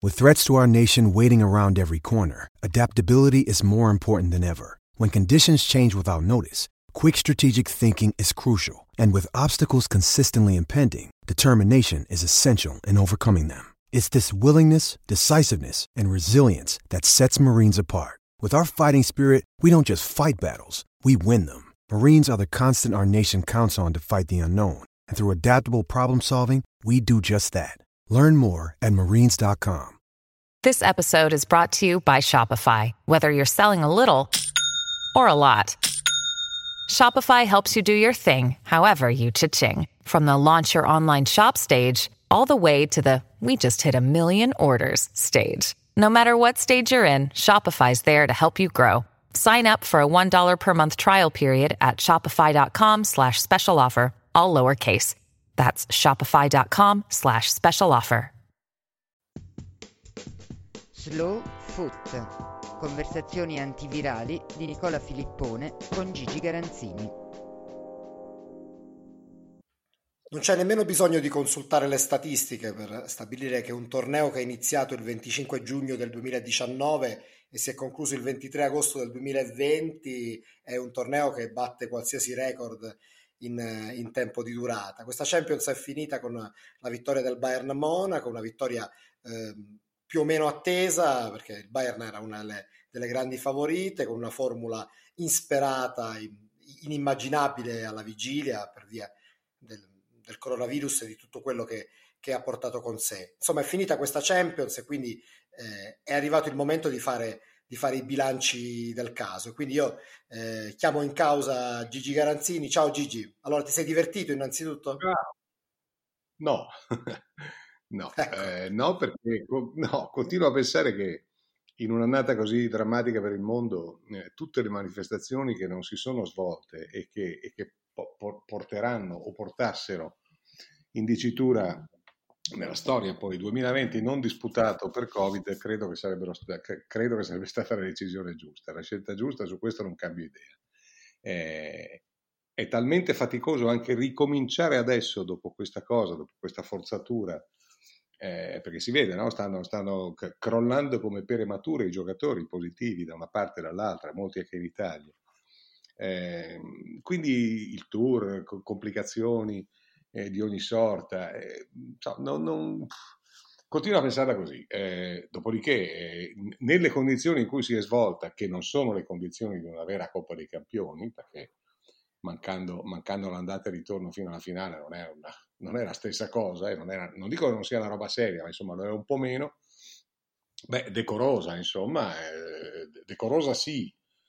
With threats to our nation waiting around every corner, adaptability is more important than ever. When conditions change without notice, quick strategic thinking is crucial. And with obstacles consistently impending, determination is essential in overcoming them. It's this willingness, decisiveness, and resilience that sets Marines apart. With our fighting spirit, we don't just fight battles, we win them. Marines are the constant our nation counts on to fight the unknown. And through adaptable problem solving, we do just that. Learn more at marines.com. This episode is brought to you by Shopify. Whether you're selling a little or a lot, Shopify helps you do your thing, however you cha-ching. From the launch your online shop stage, all the way to the we just hit 1 million orders stage. No matter what stage you're in, Shopify's there to help you grow. Sign up for a $1 per month trial period at shopify.com/special offer, all lowercase. That's shopify.com/special offer. Slow Foot. Conversazioni antivirali di Nicola Filippone con Gigi Garanzini. Non c'è nemmeno bisogno di consultare le statistiche per stabilire che un torneo che è iniziato il 25 giugno del 2019 e si è concluso il 23 agosto del 2020 è un torneo che batte qualsiasi record in tempo di durata. Questa Champions è finita con la vittoria del Bayern Monaco, una vittoria più o meno attesa, perché il Bayern era una delle grandi favorite, con una formula insperata, inimmaginabile alla vigilia per via del coronavirus e di tutto quello che ha portato con sé. Insomma, è finita questa Champions e quindi è arrivato il momento di fare i bilanci del caso. Quindi io chiamo in causa Gigi Garanzini. Ciao Gigi, allora ti sei divertito innanzitutto? No, no, Ecco. no, perché continuo a pensare che in un'annata così drammatica per il mondo, tutte le manifestazioni che non si sono svolte e che porteranno o portassero in dicitura nella storia poi 2020 non disputato per Covid, credo che sarebbe stata la decisione giusta, la scelta giusta, su questo non cambio idea. È talmente faticoso anche ricominciare adesso dopo questa cosa, dopo questa forzatura, perché si vede, no? Stanno crollando come pere mature i giocatori positivi da una parte e dall'altra, molti anche in Italia. Quindi il tour, complicazioni di ogni sorta, continuo a pensarla così. Dopodiché, nelle condizioni in cui si è svolta, che non sono le condizioni di una vera Coppa dei Campioni, perché mancando l'andata e ritorno fino alla finale non è la stessa cosa, non dico che non sia una roba seria, ma insomma lo è un po' meno. Decorosa, insomma, decorosa sì,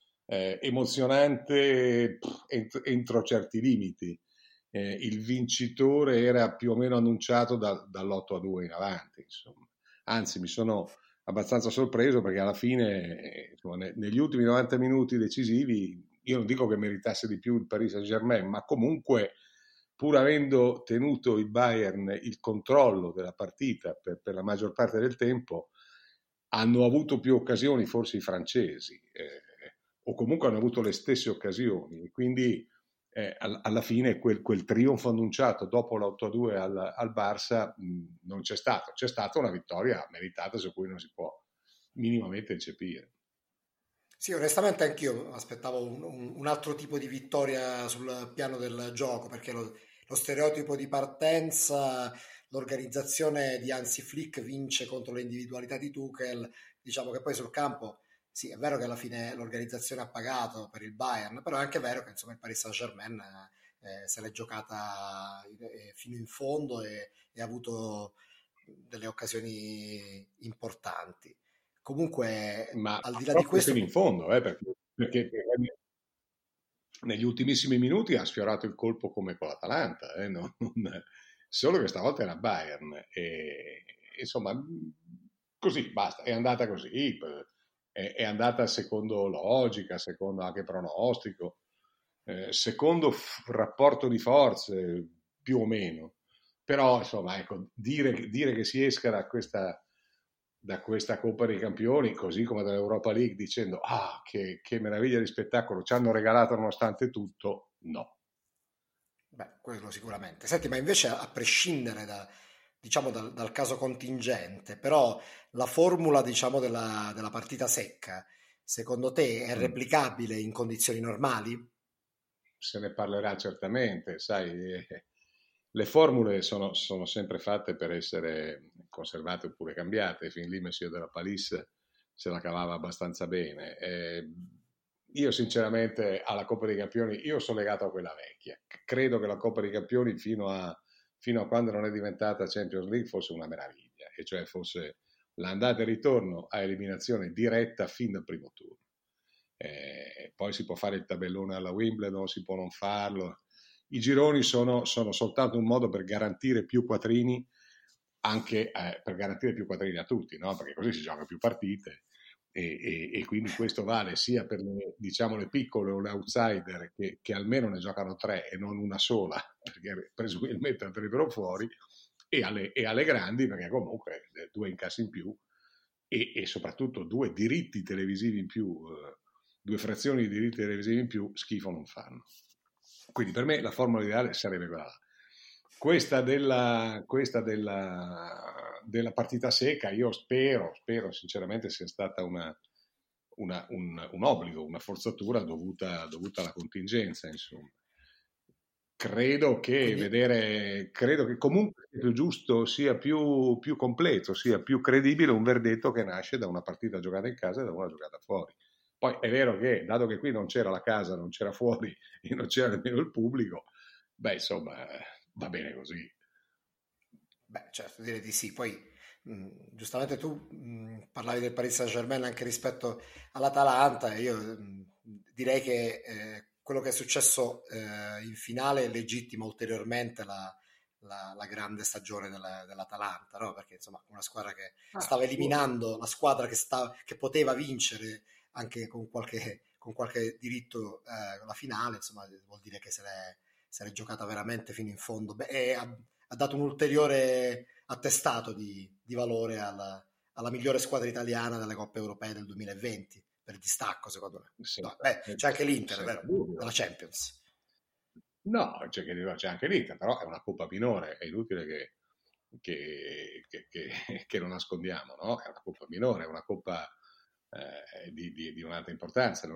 emozionante entro certi limiti. Il vincitore era più o meno annunciato dall'8-2 in avanti, insomma. Anzi, mi sono abbastanza sorpreso perché alla fine, insomma, negli ultimi 90 minuti decisivi, io non dico che meritasse di più il Paris Saint-Germain, ma comunque, pur avendo tenuto il Bayern il controllo della partita per la maggior parte del tempo, hanno avuto più occasioni forse i francesi, o comunque hanno avuto le stesse occasioni, quindi alla fine quel trionfo annunciato dopo l'8-2 al Barça non c'è stato. C'è stata una vittoria meritata su cui non si può minimamente eccepire. Sì, onestamente anch'io aspettavo un altro tipo di vittoria sul piano del gioco, perché lo stereotipo di partenza, l'organizzazione di Hansi Flick vince contro le individualità di Tuchel. Diciamo che poi sul campo, sì, è vero che alla fine l'organizzazione ha pagato per il Bayern, però è anche vero che insomma il Paris Saint-Germain se l'è giocata fino in fondo e ha avuto delle occasioni importanti. Comunque, Ma al di là di proprio questo, fino in fondo, perché negli ultimissimi minuti ha sfiorato il colpo come con l'Atalanta, solo che stavolta era Bayern. Insomma, così, basta, è andata così, è andata secondo logica, secondo anche pronostico, secondo rapporto di forze, più o meno. Però, insomma, ecco, dire che si esca da questa Coppa dei Campioni, così come dall'Europa League, dicendo che meraviglia di spettacolo ci hanno regalato nonostante tutto, no. beh, quello sicuramente. Senti, ma invece a prescindere diciamo dal caso contingente, però la formula, diciamo, della partita secca, secondo te è replicabile in condizioni normali? Se ne parlerà certamente, sai, le formule sono sempre fatte per essere conservate oppure cambiate. Fin lì Messier della Palisse se la cavava abbastanza bene. Io sinceramente alla Coppa dei Campioni, io sono legato a quella vecchia. Credo che la Coppa dei Campioni fino a quando non è diventata Champions League fosse una meraviglia, e cioè fosse l'andata e ritorno a eliminazione diretta fin dal primo turno. Poi si può fare il tabellone alla Wimbledon, si può non farlo. I gironi sono soltanto un modo per garantire più quattrini, anche per garantire più quattrini a tutti, no? Perché così si gioca più partite, e quindi questo vale sia per diciamo, le piccole o le outsider che almeno ne giocano 3 e non una sola, perché presumibilmente andrebbero fuori, e alle grandi, perché comunque 2 incassi in più e soprattutto 2 diritti televisivi in più, 2 frazioni di diritti televisivi in più schifo non fanno. Quindi per me la formula ideale sarebbe quella là. Questa della partita secca, io spero sinceramente sia stata un obbligo, una forzatura dovuta alla contingenza, insomma. Credo che comunque sia più giusto, sia più completo, sia più credibile un verdetto che nasce da una partita giocata in casa e da una giocata fuori. Poi è vero che, dato che qui non c'era la casa, non c'era fuori e non c'era nemmeno il pubblico, beh, insomma, va bene così. Beh, certo, direi di sì. Poi, giustamente tu parlavi del Paris Saint-Germain anche rispetto all'Atalanta, e io direi che quello che è successo in finale legittima ulteriormente la grande stagione dell'Atalanta, no? Perché insomma una squadra che stava eliminando la squadra che poteva vincere anche con qualche diritto la finale, insomma vuol dire che se l'è giocata veramente fino in fondo. Beh, e ha dato un ulteriore attestato di valore alla migliore squadra italiana delle Coppe Europee del 2020, per distacco secondo me. No, c'è anche l'Inter, vero? Della Champions. No, c'è anche l'Inter, però è una Coppa minore, è inutile che lo nascondiamo, no? È una Coppa minore, è una Coppa di un'altra importanza,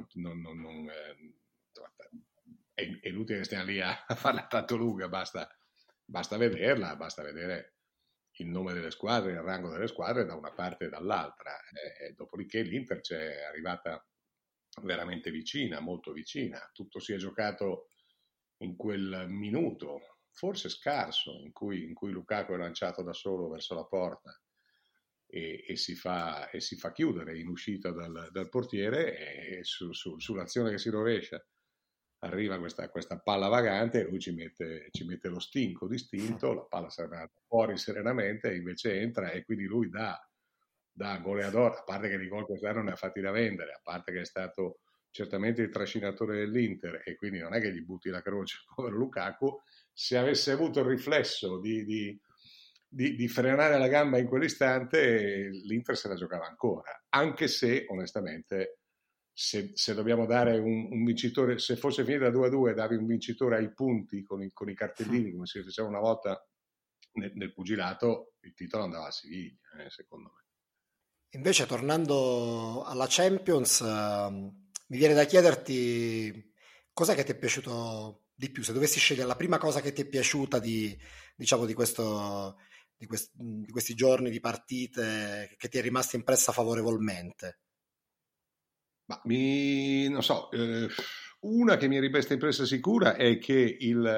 è inutile che stiamo lì a farla tanto lunga, basta vederla, basta vedere il nome delle squadre, il rango delle squadre da una parte e dall'altra. Dopodiché l'Inter c'è arrivata veramente vicina, molto vicina. Tutto si è giocato in quel minuto, forse scarso, in cui Lukaku è lanciato da solo verso la porta e si fa chiudere in uscita dal portiere, e sull'azione che si rovescia arriva questa palla vagante e lui ci mette lo stinco distinto, la palla sarà andata fuori serenamente, invece entra, e quindi lui da goleador, a parte che di gol quest'anno ne ha fatti da vendere, a parte che è stato certamente il trascinatore dell'Inter, e quindi non è che gli butti la croce povero Lukaku. Se avesse avuto il riflesso di frenare la gamba in quell'istante, l'Inter se la giocava ancora, anche se onestamente se dobbiamo dare un vincitore, se fosse finita 2-2 davi un vincitore ai punti con i cartellini, come si diceva una volta nel pugilato, il titolo andava a Siviglia, secondo me. Invece, tornando alla Champions, mi viene da chiederti cos'è che ti è piaciuto di più, se dovessi scegliere la prima cosa che ti è piaciuta diciamo, di questi giorni di partite, che ti è rimasta impressa favorevolmente. Ma non so, una che mi è rimasta impressa sicura è che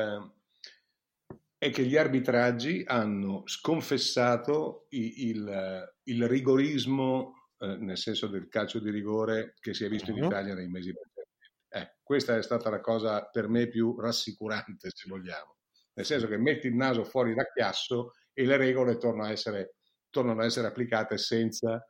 gli arbitraggi hanno sconfessato il rigorismo, nel senso del calcio di rigore, che si è visto in Italia nei mesi precedenti. Questa è stata la cosa per me più rassicurante, se vogliamo, nel senso che metti il naso fuori da chiasso e le regole tornano a essere applicate senza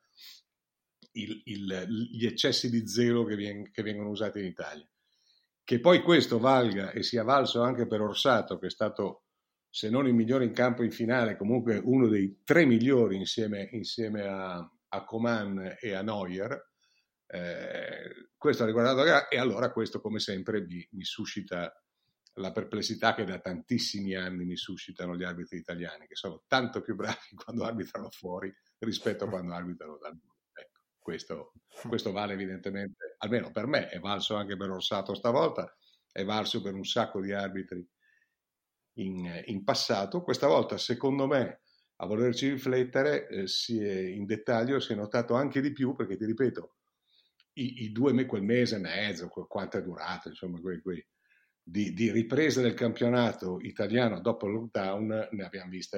gli eccessi di zelo che vengono usati in Italia. Che poi questo valga e sia valso anche per Orsato, che è stato, se non il migliore in campo in finale, comunque uno dei 3 migliori insieme a Coman e a Neuer. Questo ha riguardato, e allora questo come sempre mi suscita la perplessità che da tantissimi anni mi suscitano gli arbitri italiani, che sono tanto più bravi quando arbitrano fuori rispetto a quando arbitrano dal vivo. Ecco, questo vale evidentemente, almeno per me, è valso anche per Orsato stavolta, è valso per un sacco di arbitri in passato. Questa volta, secondo me, a volerci riflettere, in dettaglio si è notato anche di più, perché ti ripeto, quel mese e mezzo, quanto è durato, insomma, di ripresa del campionato italiano dopo il lockdown, ne abbiamo viste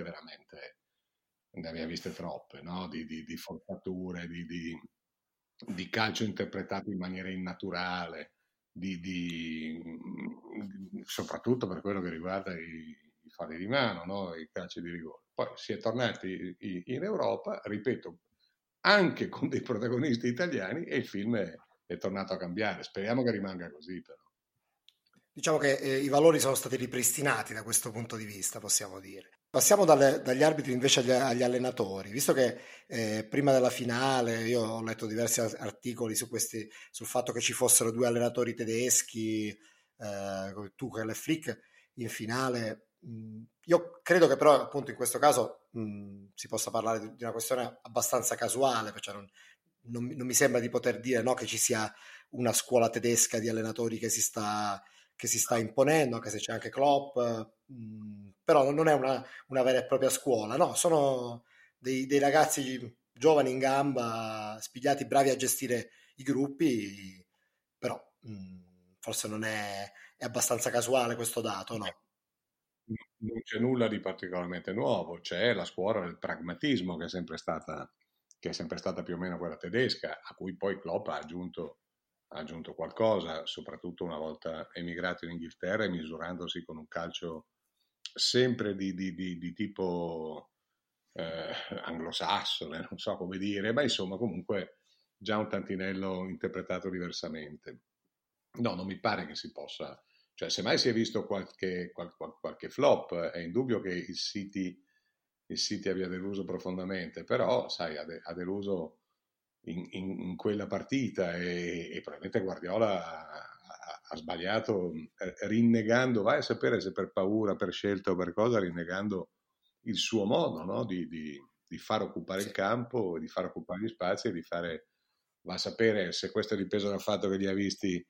troppe, no? Di forzature, di calcio interpretato in maniera innaturale, soprattutto per quello che riguarda i falli di mano, no? I calci di rigore. Poi si è tornati in Europa, ripeto, anche con dei protagonisti italiani, e il film è tornato a cambiare. Speriamo che rimanga così, però. Diciamo che i valori sono stati ripristinati da questo punto di vista, possiamo dire. Passiamo dagli arbitri invece agli allenatori, visto che prima della finale io ho letto diversi articoli sul fatto che ci fossero 2 allenatori tedeschi, Tuchel e Flick, in finale. Io credo che però appunto in questo caso si possa parlare di una questione abbastanza casuale, cioè non mi sembra di poter dire, no, che ci sia una scuola tedesca di allenatori che si sta imponendo, anche se c'è anche Klopp, però non è una vera e propria scuola, no, sono dei ragazzi giovani in gamba, spigliati, bravi a gestire i gruppi, però forse non è abbastanza casuale questo dato, no? Non c'è nulla di particolarmente nuovo, c'è la scuola del pragmatismo che è sempre stata più o meno quella tedesca, a cui poi Klopp ha aggiunto qualcosa, soprattutto una volta emigrato in Inghilterra e misurandosi con un calcio sempre di tipo anglosassone, non so come dire, ma insomma comunque già un tantinello interpretato diversamente. No, non mi pare che si possa, cioè semmai si è visto qualche flop, è indubbio che il City abbia deluso profondamente, però sai, ha deluso in quella partita e probabilmente Guardiola ha sbagliato rinnegando, vai a sapere se per paura, per scelta o per cosa, rinnegando il suo modo, no? di far occupare il campo, di far occupare gli spazi e va a sapere se questo è dipeso dal fatto che li ha visti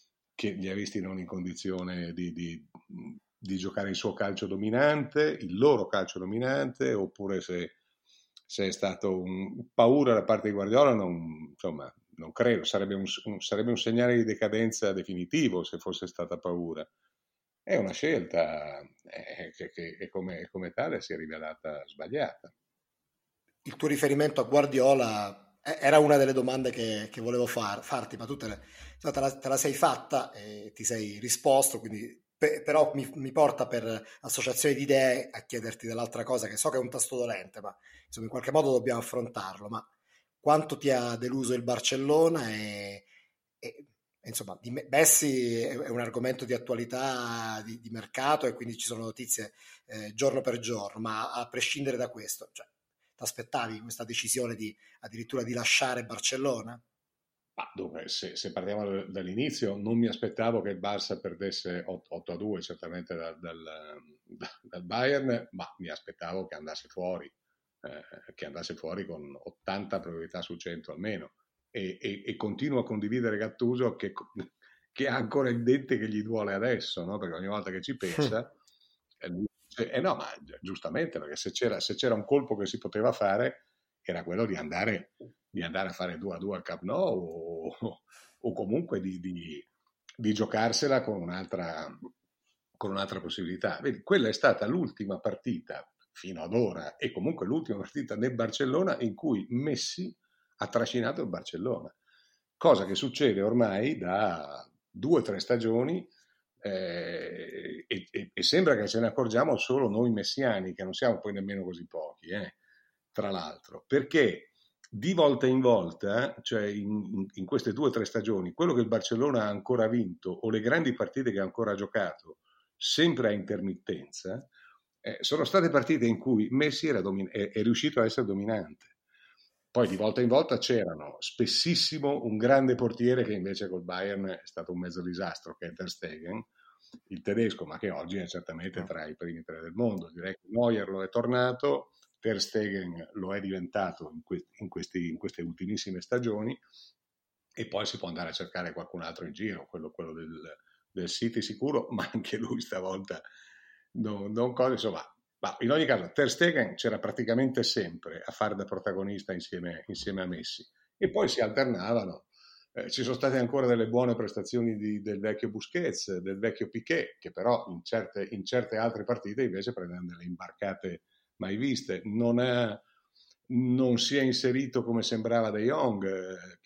non in condizione di giocare il suo calcio dominante, il loro calcio dominante, oppure se è stato paura da parte di Guardiola, non credo, sarebbe un segnale di decadenza definitivo se fosse stata paura. È una scelta che come tale si è rivelata sbagliata. Il tuo riferimento a Guardiola era una delle domande che volevo farti, ma tu te la sei fatta e ti sei risposto, quindi però mi porta per associazione di idee a chiederti dell'altra cosa, che so che è un tasto dolente, ma insomma in qualche modo dobbiamo affrontarlo. Ma quanto ti ha deluso il Barcellona e insomma Messi è un argomento di attualità, di mercato, e quindi ci sono notizie giorno per giorno, ma a prescindere da questo, cioè, ti aspettavi questa decisione addirittura di lasciare Barcellona? Ma dunque, se partiamo dall'inizio, non mi aspettavo che il Barça perdesse 8-2, certamente dal Bayern, ma mi aspettavo che andasse fuori con 80 probabilità su 100 almeno. E continuo a condividere Gattuso che ha ancora il dente che gli duole adesso, no? Perché ogni volta che ci pensa, no, ma giustamente, perché se c'era un colpo che si poteva fare era quello di andare a fare 2-2 al Camp Nou o comunque di giocarsela con un'altra possibilità. Vedi, quella è stata l'ultima partita fino ad ora e comunque l'ultima partita nel Barcellona in cui Messi ha trascinato il Barcellona, cosa che succede ormai da 2 o 3 stagioni e sembra che ce ne accorgiamo solo noi messiani, che non siamo poi nemmeno così pochi, tra l'altro, perché di volta in volta, cioè in queste 2 o 3 stagioni, quello che il Barcellona ha ancora vinto o le grandi partite che ha ancora giocato, sempre a intermittenza, sono state partite in cui Messi è riuscito a essere dominante. Poi di volta in volta c'erano spessissimo un grande portiere che invece col Bayern è stato un mezzo disastro, che è Ter Stegen, il tedesco, ma che oggi è certamente tra i primi tre del mondo. Direi che Neuer lo è tornato, Ter Stegen lo è diventato in queste ultimissime stagioni, e poi si può andare a cercare qualcun altro in giro, quello del City sicuro, ma anche lui stavolta non cosa, insomma. Ma in ogni caso Ter Stegen c'era praticamente sempre a fare da protagonista insieme a Messi, e poi si alternavano. Ci sono state ancora delle buone prestazioni del vecchio Busquets, del vecchio Piqué, che però in certe altre partite invece prendevano delle imbarcate mai viste. Non si è inserito come sembrava De Jong,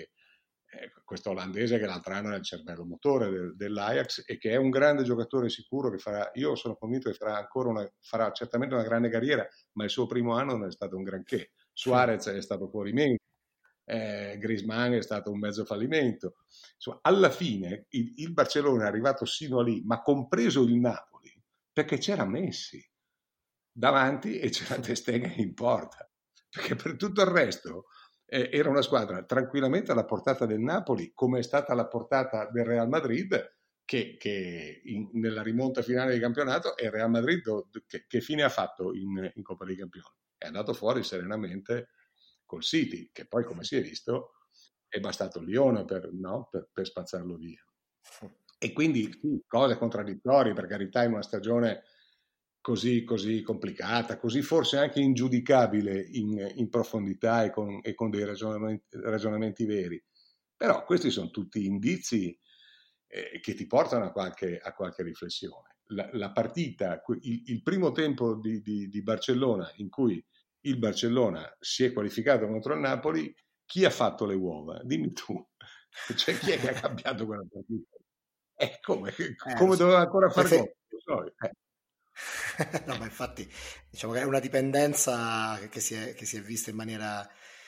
questo olandese che l'altro anno è il cervello motore dell'Ajax, e che è un grande giocatore sicuro, io sono convinto che farà certamente una grande carriera, ma il suo primo anno non è stato un granché. Suarez è stato fuori mente, Griezmann è stato un mezzo fallimento. Insomma, alla fine il Barcellona è arrivato sino a lì, ma compreso il Napoli, perché c'era Messi davanti e c'era Ter Stegen in porta, perché per tutto il resto era una squadra tranquillamente alla portata del Napoli, come è stata alla portata del Real Madrid, che nella rimonta finale di campionato, e il Real Madrid che fine ha fatto in Coppa dei Campioni? È andato fuori serenamente col City, che poi, come si è visto, è bastato il Lione per spazzarlo via. E quindi sì, cose contraddittorie, per carità, in una stagione così complicata, così forse anche ingiudicabile in profondità e con dei ragionamenti veri. Però questi sono tutti indizi che ti portano a qualche riflessione. La partita, il primo tempo di Barcellona, in cui il Barcellona si è qualificato contro il Napoli, chi ha fatto le uova? Dimmi tu. Cioè, chi è che ha cambiato quella partita? Come doveva ancora far gol? No, ma infatti diciamo che è una dipendenza che si è vista in maniera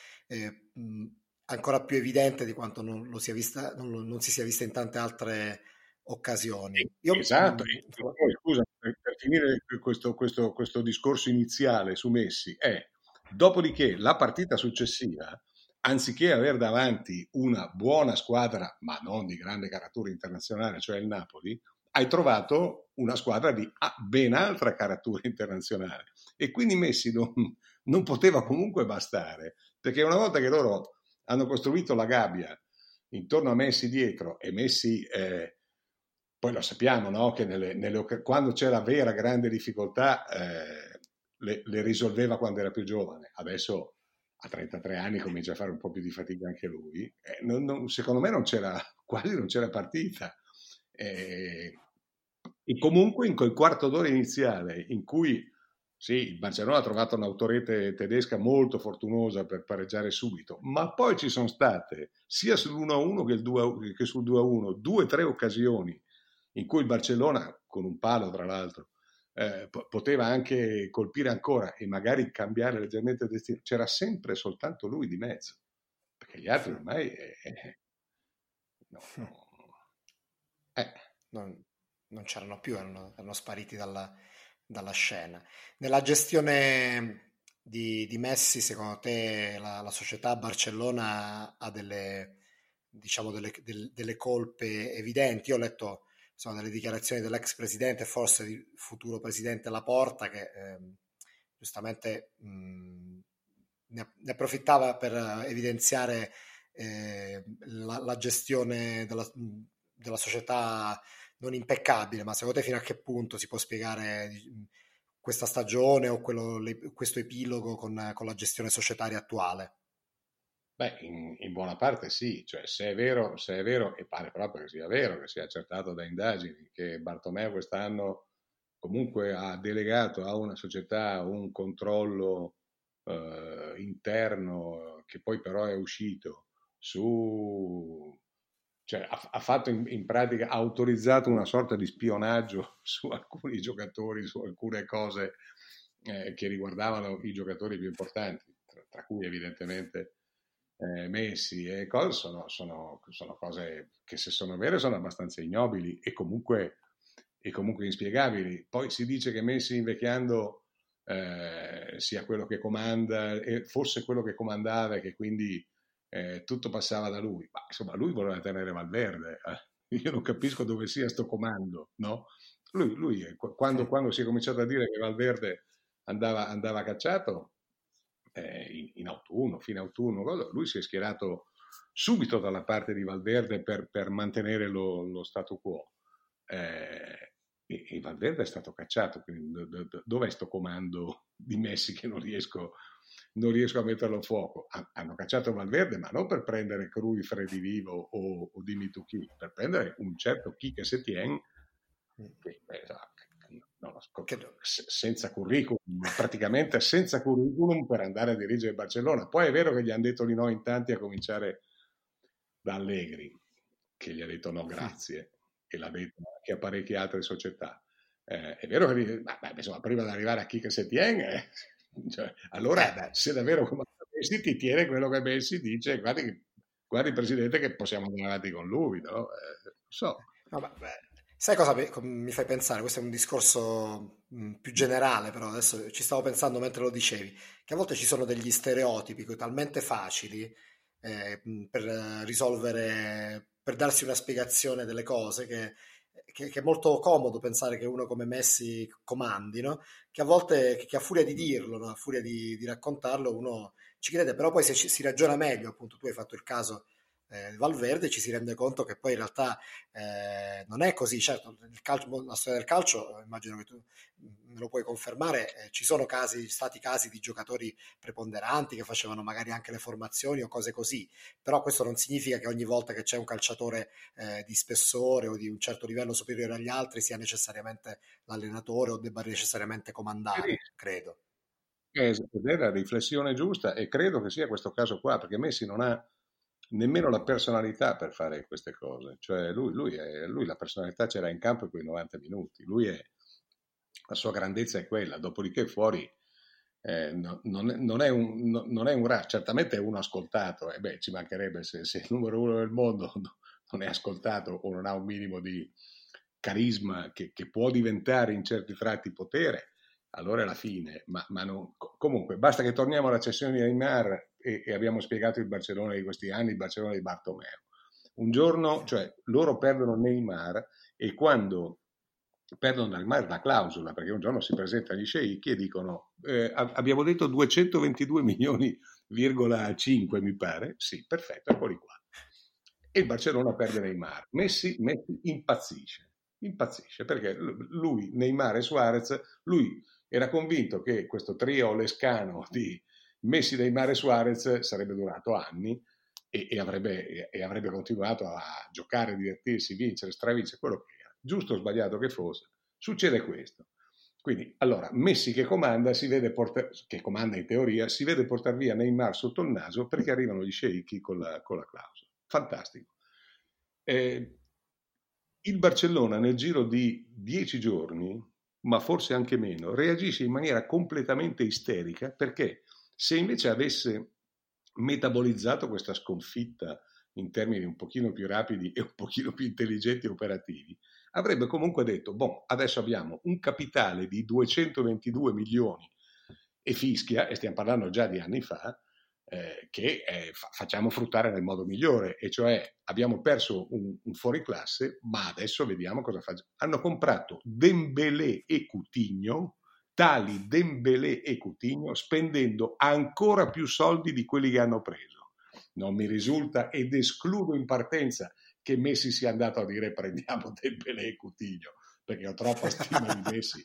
ancora più evidente di quanto non si sia vista in tante altre occasioni. Esatto, poi, scusa, per finire questo discorso iniziale su Messi, dopodiché la partita successiva, anziché avere davanti una buona squadra, ma non di grande caratura internazionale, cioè il Napoli, hai trovato una squadra di ben altra caratura internazionale, e quindi Messi non poteva comunque bastare, perché una volta che loro hanno costruito la gabbia intorno a Messi dietro, e Messi poi lo sappiamo, no? Che quando c'era vera grande difficoltà le risolveva quando era più giovane. Adesso a 33 anni comincia a fare un po' più di fatica anche lui. Secondo me quasi non c'era partita. E comunque in quel quarto d'ora iniziale, in cui sì, il Barcellona ha trovato un'autorete tedesca molto fortunosa per pareggiare subito, ma poi ci sono state sia sull'1-1 che sul 2-1 2 o 3 occasioni in cui il Barcellona, con un palo tra l'altro, poteva anche colpire ancora e magari cambiare leggermente il destino. C'era sempre soltanto lui di mezzo, perché gli altri ormai non c'erano più, erano spariti dalla scena. Nella gestione di Messi, secondo te la società Barcellona ha delle colpe evidenti? Io ho letto delle dichiarazioni dell'ex presidente, forse di futuro presidente Laporta, che giustamente ne approfittava per evidenziare la gestione della società non impeccabile. Ma secondo te fino a che punto si può spiegare questa stagione o questo epilogo con la gestione societaria attuale? Beh, in buona parte sì, cioè se è vero, e pare proprio che sia vero, che sia accertato da indagini, che Bartomeu quest'anno comunque ha delegato a una società un controllo interno, che poi però è uscito cioè ha fatto in pratica, ha autorizzato una sorta di spionaggio su alcuni giocatori, su alcune cose che riguardavano i giocatori più importanti, tra cui evidentemente Messi, e cose sono cose che, se sono vere, sono abbastanza ignobili e comunque inspiegabili. Poi si dice che Messi, invecchiando, sia quello che comanda, e fosse quello che comandava, e che quindi tutto passava da lui. Ma insomma, lui voleva tenere Valverde io non capisco dove sia sto comando, no? Lui quando si è cominciato a dire che Valverde andava cacciato, in autunno, fine autunno, lui si è schierato subito dalla parte di Valverde per mantenere lo status quo. E Valverde è stato cacciato, quindi dov'è sto comando di Messi che non riesco a metterlo a fuoco? Hanno cacciato Valverde, ma non per prendere Cruyff, Freddy Vivo o Dimmi tu chi, per prendere un certo Quique Setién senza curriculum, praticamente senza curriculum per andare a dirigere Barcellona. Poi è vero che gli hanno detto di no in tanti, a cominciare da Allegri, che gli ha detto no grazie, e l'ha detto anche a parecchie altre società. È vero che insomma, prima di arrivare a Quique Setién, allora se davvero come Messi ti tiene quello che Messi dice, guardi Presidente che possiamo andare avanti con lui, no? So. Sai cosa mi fai pensare? Questo è un discorso più generale, però adesso ci stavo pensando mentre lo dicevi, che a volte ci sono degli stereotipi talmente facili per risolvere, per darsi una spiegazione delle cose che è molto comodo pensare che uno come Messi comandi, no? Che a volte, che a furia di dirlo, no? A furia di raccontarlo, uno ci crede, però poi se si ragiona meglio, appunto tu hai fatto il caso Valverde, ci si rende conto che poi in realtà non è così. Certo, la storia del calcio, immagino che tu me lo puoi confermare, ci sono stati casi di giocatori preponderanti che facevano magari anche le formazioni o cose così, però questo non significa che ogni volta che c'è un calciatore di spessore o di un certo livello superiore agli altri sia necessariamente l'allenatore o debba necessariamente comandare, credo. Ed è la riflessione giusta, e credo che sia questo caso qua, perché Messi non ha nemmeno la personalità per fare queste cose. Cioè lui la personalità c'era in campo in quei 90 minuti, la sua grandezza è quella, dopodiché fuori non è un certamente è uno ascoltato, ci mancherebbe se il numero uno del mondo non è ascoltato o non ha un minimo di carisma che può diventare in certi tratti potere, allora è la fine, ma non, comunque basta che torniamo alla cessione di Neymar e abbiamo spiegato il Barcellona di questi anni, il Barcellona di Bartomeu. Un giorno, cioè loro perdono Neymar, e quando perdono Neymar la clausola, perché un giorno si presentano gli sceicchi e dicono abbiamo detto 222 milioni,5 mi pare, sì, perfetto, eccoli qua. E il Barcellona perde Neymar. Messi impazzisce perché lui, Neymar e Suarez, lui era convinto che questo trio lescano di Messi, Neymar e Suarez sarebbe durato anni e avrebbe continuato a giocare, divertirsi, vincere, stravincere, quello che era. Giusto o sbagliato che fosse, succede questo. Quindi, allora, Messi che comanda, che comanda in teoria, si vede portare via Neymar sotto il naso perché arrivano gli sceicchi con la clausola. Fantastico. Il Barcellona nel giro di 10 giorni, ma forse anche meno, reagisce in maniera completamente isterica, perché se invece avesse metabolizzato questa sconfitta in termini un pochino più rapidi e un pochino più intelligenti e operativi, avrebbe comunque detto, adesso abbiamo un capitale di 222 milioni e fischia, e stiamo parlando già di anni fa, che facciamo fruttare nel modo migliore, e cioè abbiamo perso un fuoriclasse, ma adesso vediamo cosa facciamo. Hanno comprato Dembélé e Coutinho, tali Dembélé e Coutinho, spendendo ancora più soldi di quelli che hanno preso. Non mi risulta, ed escludo in partenza, che Messi sia andato a dire prendiamo Dembélé e Coutinho, perché ho troppa stima di Messi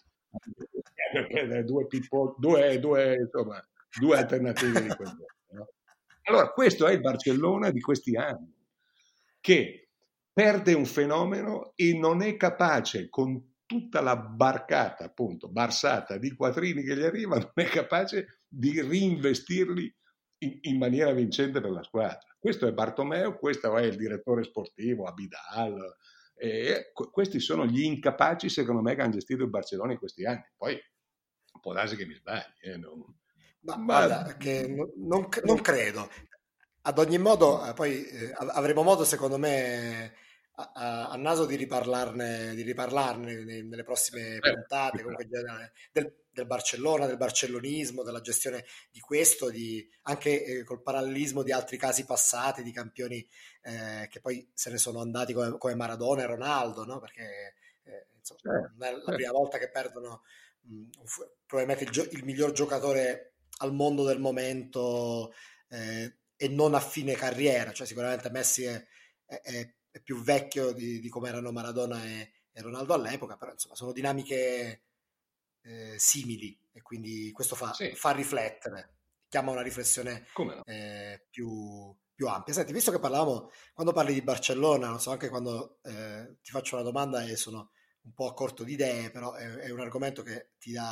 due alternative di quel genere, no? Allora questo è il Barcellona di questi anni, che perde un fenomeno e non è capace, con tutta la barcata, appunto, barsata di quattrini che gli arriva, non è capace di reinvestirli in maniera vincente per la squadra. Questo è Bartomeu, questo è il direttore sportivo, Abidal, questi sono gli incapaci, secondo me, che hanno gestito il Barcellona in questi anni. Poi può darsi che mi sbagli, ma guarda, che non credo. Ad ogni modo, poi avremo modo, secondo me, a naso di riparlarne nelle prossime puntate, comunque del Barcellona, del barcellonismo, della gestione di questo, anche col parallelismo di altri casi passati, di campioni che poi se ne sono andati come Maradona e Ronaldo, no? Perché insomma, non è la prima volta che perdono probabilmente il miglior giocatore al mondo del momento e non a fine carriera, cioè sicuramente Messi è più vecchio di come erano Maradona e Ronaldo all'epoca, però insomma sono dinamiche simili e quindi questo fa riflettere, chiama una riflessione più ampia. Senti, visto che quando parli di Barcellona, non so, anche quando ti faccio una domanda e sono un po' a corto di idee, però è un argomento che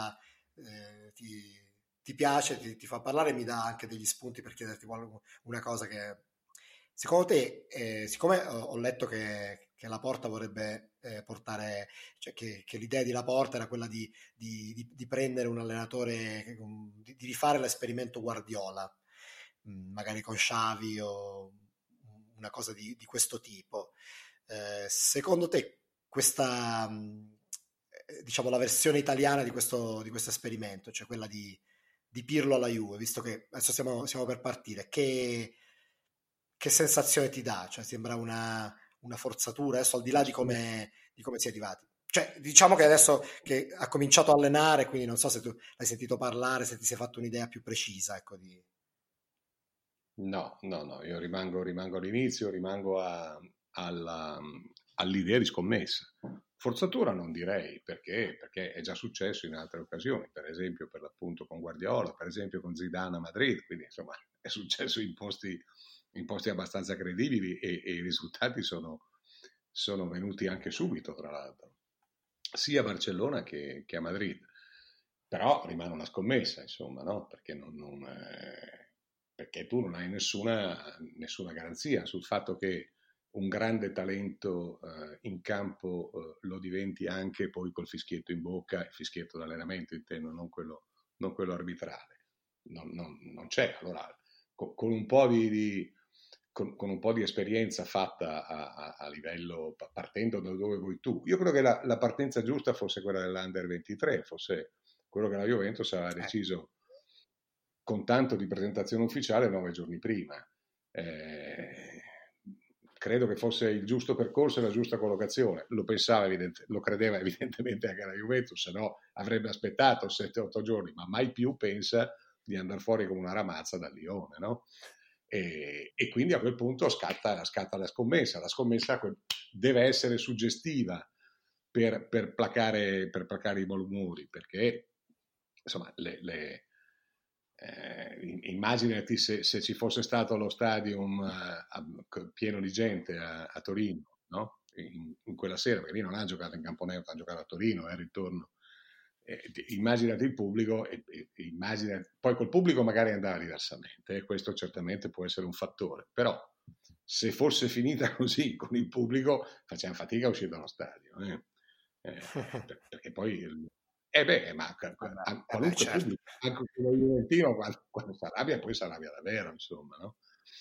ti piace, ti fa parlare, mi dà anche degli spunti per chiederti una cosa che secondo te, siccome ho letto che Laporta vorrebbe portare, cioè che l'idea di Laporta era quella di prendere un allenatore, di rifare l'esperimento Guardiola, magari con Xavi o una cosa di questo tipo. Secondo te questa, diciamo, la versione italiana di questo esperimento, cioè quella di Pirlo alla Juve, visto che adesso siamo per partire, che sensazione ti dà? Cioè sembra una forzatura, adesso al di là di come si è arrivati. Cioè, diciamo che adesso che ha cominciato a allenare, quindi non so se tu l'hai sentito parlare, se ti sei fatto un'idea più precisa, ecco, No, io rimango all'inizio, rimango all'idea di scommessa. Forzatura non direi, perché è già successo in altre occasioni, per esempio per l'appunto con Guardiola, per esempio con Zidane a Madrid, quindi insomma è successo in posti abbastanza credibili e i risultati sono venuti anche subito, tra l'altro, sia a Barcellona che a Madrid. Però rimane una scommessa, insomma, no? Perché perché tu non hai nessuna garanzia sul fatto che un grande talento in campo lo diventi anche poi col fischietto in bocca, il fischietto d'allenamento intendo, non quello arbitrale. Non c'è. Allora, con un po' con un po' di esperienza fatta a livello, partendo da dove vuoi tu. Io credo che la partenza giusta fosse quella dell'Under 23, fosse quello che la Juventus aveva deciso con tanto di presentazione ufficiale 9 giorni prima. Credo che fosse il giusto percorso e la giusta collocazione. Lo credeva evidentemente anche la Juventus, se no avrebbe aspettato 7-8 giorni, ma mai più pensa di andare fuori come una ramazza dal Lione, no? E quindi a quel punto scatta la scommessa. La scommessa deve essere suggestiva per placare i malumori, perché insomma immaginati se ci fosse stato lo stadium pieno di gente a Torino, no? In quella sera, perché lì non ha giocato in campo neutro, ha giocato a Torino, il ritorno. Immaginati il pubblico, poi col pubblico magari andava diversamente, questo certamente può essere un fattore, però se fosse finita così con il pubblico facciamo fatica a uscire dallo stadio, perché poi qualunque certo. pubblico, anche quello juventino, quando si arrabbia poi si arrabbia davvero, insomma, no?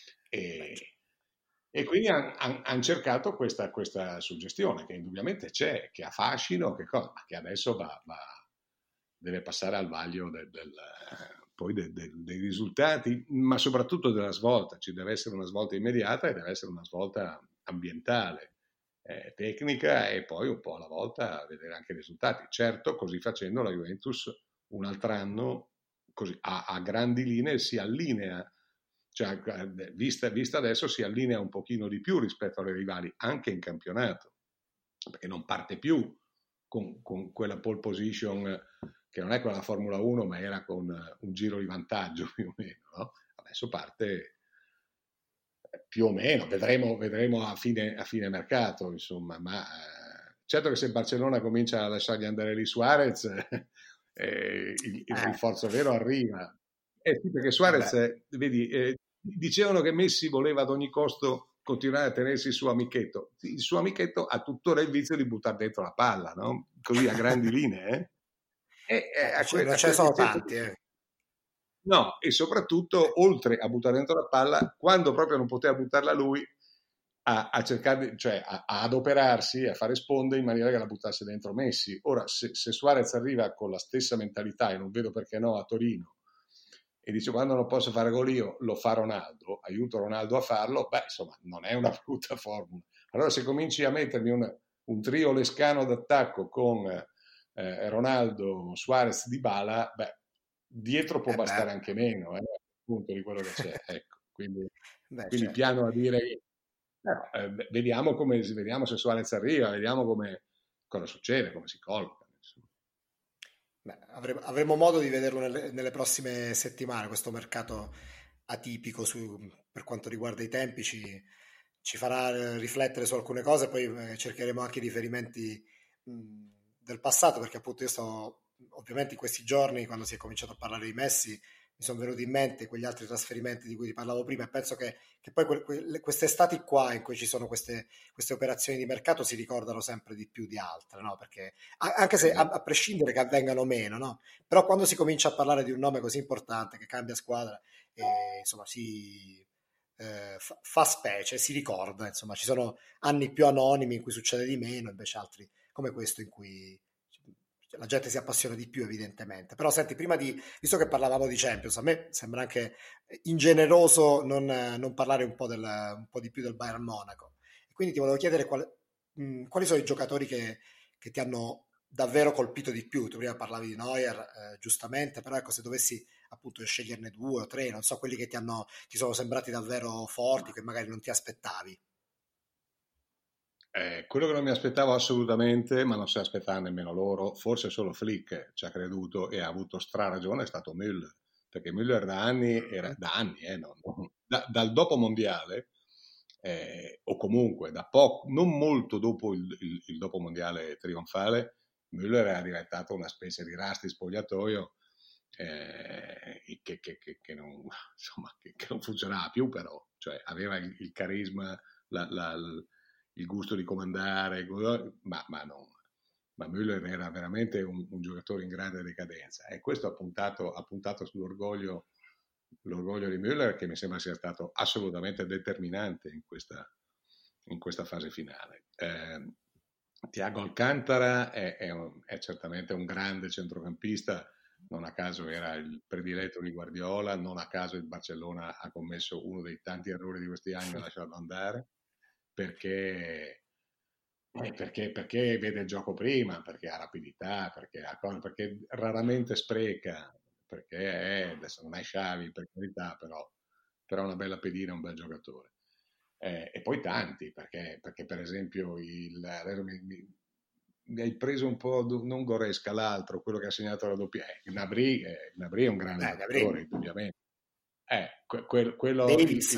E quindi hanno cercato questa suggestione che indubbiamente c'è, che ha fascino, ma che adesso deve passare al vaglio poi dei risultati, ma soprattutto della svolta. Ci deve essere una svolta immediata e deve essere una svolta ambientale, tecnica, e poi un po' alla volta vedere anche i risultati. Certo, così facendo la Juventus un altro anno così, a grandi linee si allinea, cioè vista adesso si allinea un pochino di più rispetto alle rivali anche in campionato, perché non parte più con quella pole position che non è quella della Formula 1, ma era con un giro di vantaggio più o meno, no? Adesso parte più o meno, vedremo a fine mercato, insomma, ma certo che se Barcellona comincia a lasciargli andare lì Suarez, il rinforzo vero arriva. Sì, perché Suarez, vedi, dicevano che Messi voleva ad ogni costo continuare a tenersi il suo amichetto. Il suo amichetto ha tuttora il vizio di buttare dentro la palla, no? Così a grandi linee. Non ce ne sono tanti. No, e soprattutto, oltre a buttare dentro la palla, quando proprio non poteva buttarla lui, a cercare, cioè a adoperarsi, a fare sponde in maniera che la buttasse dentro Messi. Ora, se Suarez arriva con la stessa mentalità, e non vedo perché no, a Torino, e dice quando non posso fare gol io, lo fa Ronaldo, aiuto Ronaldo a farlo, beh, insomma, non è una brutta formula. Allora se cominci a mettermi un trio lescano d'attacco con Ronaldo, Suarez, Dybala, beh, dietro può bastare anche meno, appunto, di quello che c'è. Ecco, quindi certo. piano a dire, vediamo se Suarez arriva, vediamo cosa succede, come si colloca. Beh, avremo modo di vederlo nelle prossime settimane, questo mercato atipico per quanto riguarda i tempi ci farà riflettere su alcune cose, poi cercheremo anche riferimenti del passato, perché appunto ovviamente in questi giorni, quando si è cominciato a parlare di Messi, mi sono venuti in mente quegli altri trasferimenti di cui ti parlavo prima, e penso che poi queste estati qua in cui ci sono queste operazioni di mercato si ricordano sempre di più di altre, no? Perché anche se a prescindere che avvengano meno, no? Però quando si comincia a parlare di un nome così importante che cambia squadra, insomma fa specie, si ricorda, insomma ci sono anni più anonimi in cui succede di meno, invece altri come questo in cui la gente si appassiona di più, evidentemente. Però senti, visto che parlavamo di Champions, a me sembra anche ingeneroso non parlare un po' di più del Bayern Monaco. E quindi ti volevo chiedere quali sono i giocatori che ti hanno davvero colpito di più. Tu prima parlavi di Neuer, giustamente, però ecco, se dovessi appunto sceglierne 2 o 3, non so, quelli che ti sono sembrati davvero forti, che magari non ti aspettavi. Quello che non mi aspettavo assolutamente, ma non si aspettava nemmeno loro, forse solo Flick ci ha creduto e ha avuto straragione, è stato Müller, perché Müller dal dopo mondiale, o comunque da poco, non molto dopo il dopo mondiale trionfale, Müller era diventato una specie di rasti spogliatoio che non, insomma, che non funzionava più, però, cioè aveva il carisma, il gusto di comandare, ma Müller era veramente un giocatore in grande decadenza, e questo ha puntato sull'orgoglio di Müller, che mi sembra sia stato assolutamente determinante in questa fase finale. Thiago Alcantara è certamente un grande centrocampista, non a caso era il prediletto di Guardiola, non a caso il Barcellona ha commesso uno dei tanti errori di questi anni a lasciarlo andare, perché vede il gioco prima, perché ha rapidità, perché raramente spreca, perché adesso non è Xavi per carità, però è una bella pedina, un bel giocatore. E poi tanti, perché per esempio adesso mi hai preso un po', non Goresca, l'altro, quello che ha segnato la doppia, Gnabry è un grande giocatore, indubbiamente. Quello, Davis,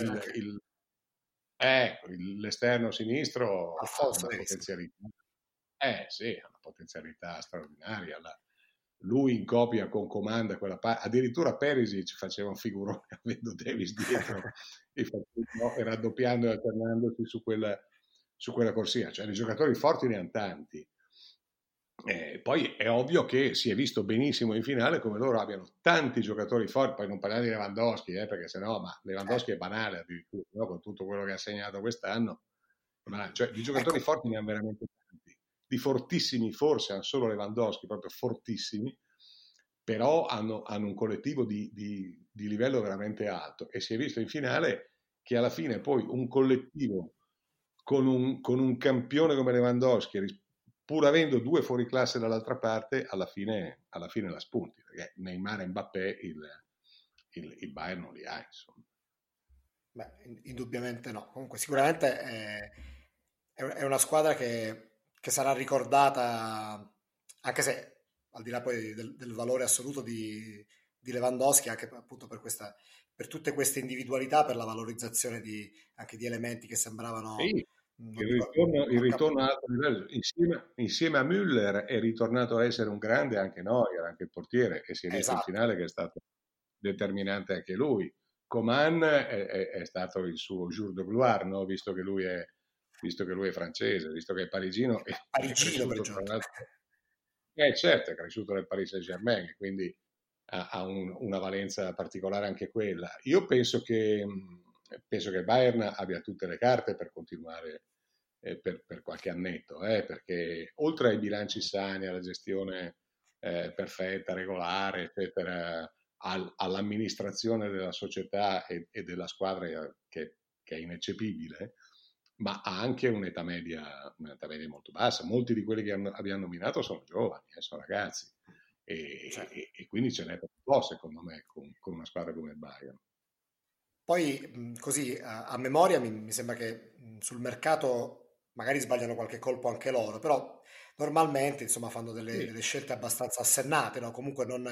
l'esterno sinistro Alfonso ha una Davis. potenzialità. Sì, ha una potenzialità straordinaria. Lui in coppia con Comanda, addirittura Perisic faceva un figurone avendo Davis dietro e raddoppiando e alternandosi su quella corsia. Cioè, i giocatori forti ne hanno tanti. Poi è ovvio che si è visto benissimo in finale come loro abbiano tanti giocatori forti, poi non parliamo di Lewandowski, perché sennò, ma Lewandowski è banale addirittura, no? Con tutto quello che ha segnato quest'anno, cioè di giocatori forti ne hanno veramente tanti, di fortissimi forse hanno solo Lewandowski, proprio fortissimi, però hanno un collettivo di livello veramente alto, e si è visto in finale che alla fine poi un collettivo con un campione come Lewandowski, pur avendo due fuoriclasse dall'altra parte, alla fine la spunti, perché Neymar e Mbappé il Bayern non li ha, insomma. Beh, indubbiamente no. Comunque sicuramente è una squadra che sarà ricordata, anche se al di là poi del valore assoluto di Lewandowski, anche appunto per tutte queste individualità, per la valorizzazione anche di elementi che sembravano... Sì. Il ritorno a alto livello, insieme a Müller è ritornato a essere un grande anche Neuer, anche il portiere, e si è visto in finale che è stato determinante anche lui. Coman è stato il suo jour de gloire, no? Visto che lui è francese, visto che è parigino, è cresciuto tra l'altro. Certo, è cresciuto nel Paris Saint-Germain, quindi ha una valenza particolare anche quella. Io penso che penso che il Bayern abbia tutte le carte per continuare per qualche annetto, perché oltre ai bilanci sani, alla gestione perfetta, regolare, eccetera, all'amministrazione della società e della squadra che è ineccepibile, ma ha anche un'età media molto bassa. Molti di quelli che abbiamo nominato sono giovani, sono ragazzi, e quindi ce n'è per un po', secondo me, con una squadra come il Bayern. Poi così a memoria mi sembra che sul mercato magari sbagliano qualche colpo anche loro, però normalmente insomma fanno Sì. delle scelte abbastanza assennate, no? Comunque non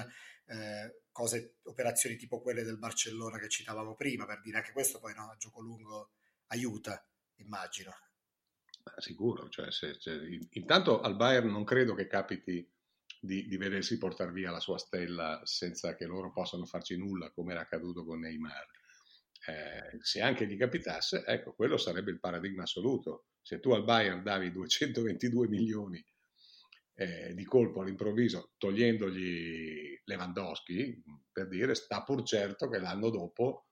operazioni tipo quelle del Barcellona che citavamo prima, per dire anche questo poi no, a gioco lungo aiuta, immagino. Sicuro, cioè, intanto al Bayern non credo che capiti di vedersi portare via la sua stella senza che loro possano farci nulla, come era accaduto con Neymar. Se anche gli capitasse, ecco, quello sarebbe il paradigma assoluto. Se tu al Bayern davi 222 milioni di colpo all'improvviso, togliendogli Lewandowski, per dire, sta pur certo che l'anno dopo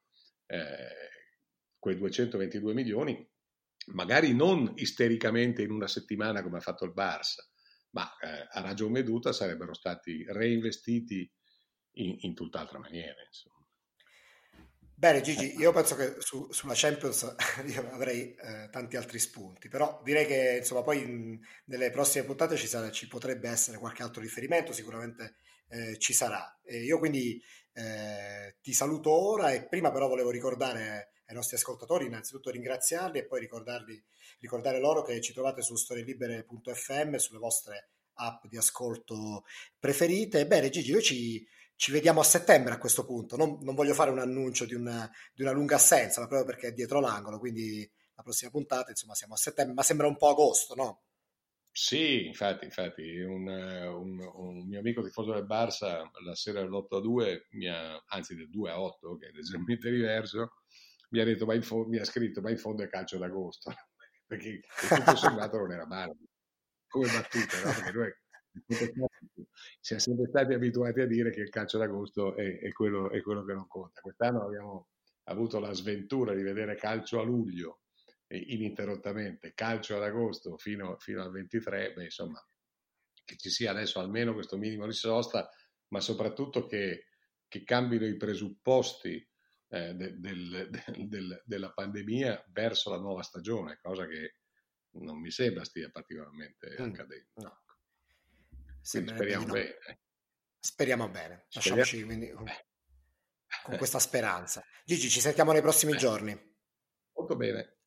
quei 222 milioni, magari non istericamente in una settimana come ha fatto il Barça, ma a ragion veduta sarebbero stati reinvestiti in tutt'altra maniera, insomma. Bene Gigi, io penso che sulla Champions io avrei tanti altri spunti, però direi che insomma poi nelle prossime puntate ci potrebbe essere qualche altro riferimento, sicuramente ci sarà. E io quindi ti saluto ora e prima però volevo ricordare ai nostri ascoltatori, innanzitutto ringraziarli e poi ricordare loro che ci trovate su storielibere.fm, sulle vostre app di ascolto preferite. Bene Gigi, ci vediamo a settembre a questo punto. Non voglio fare un annuncio di una lunga assenza, ma proprio perché è dietro l'angolo, quindi la prossima puntata, insomma, siamo a settembre, ma sembra un po' agosto, no? Sì, infatti, un mio amico tifoso del Barça la sera dell'8-2, anzi del 2-8, che è leggermente diverso, mi ha detto, mi ha scritto, ma in fondo è calcio d'agosto, perché tutto sommato non era male, come battute, no? Perché noi siamo sempre stati abituati a dire che il calcio d'agosto è quello che non conta. Quest'anno abbiamo avuto la sventura di vedere calcio a luglio ininterrottamente, calcio ad agosto fino al 23, beh, insomma, che ci sia adesso almeno questo minimo di sosta, ma soprattutto che cambino i presupposti della pandemia verso la nuova stagione, cosa che non mi sembra stia particolarmente accadendo. No, Quindi sembrerebbe di speriamo no. bene. Speriamo bene, Speriamo. lasciamoci quindi con questa speranza. Gigi, ci sentiamo nei prossimi giorni. Molto bene.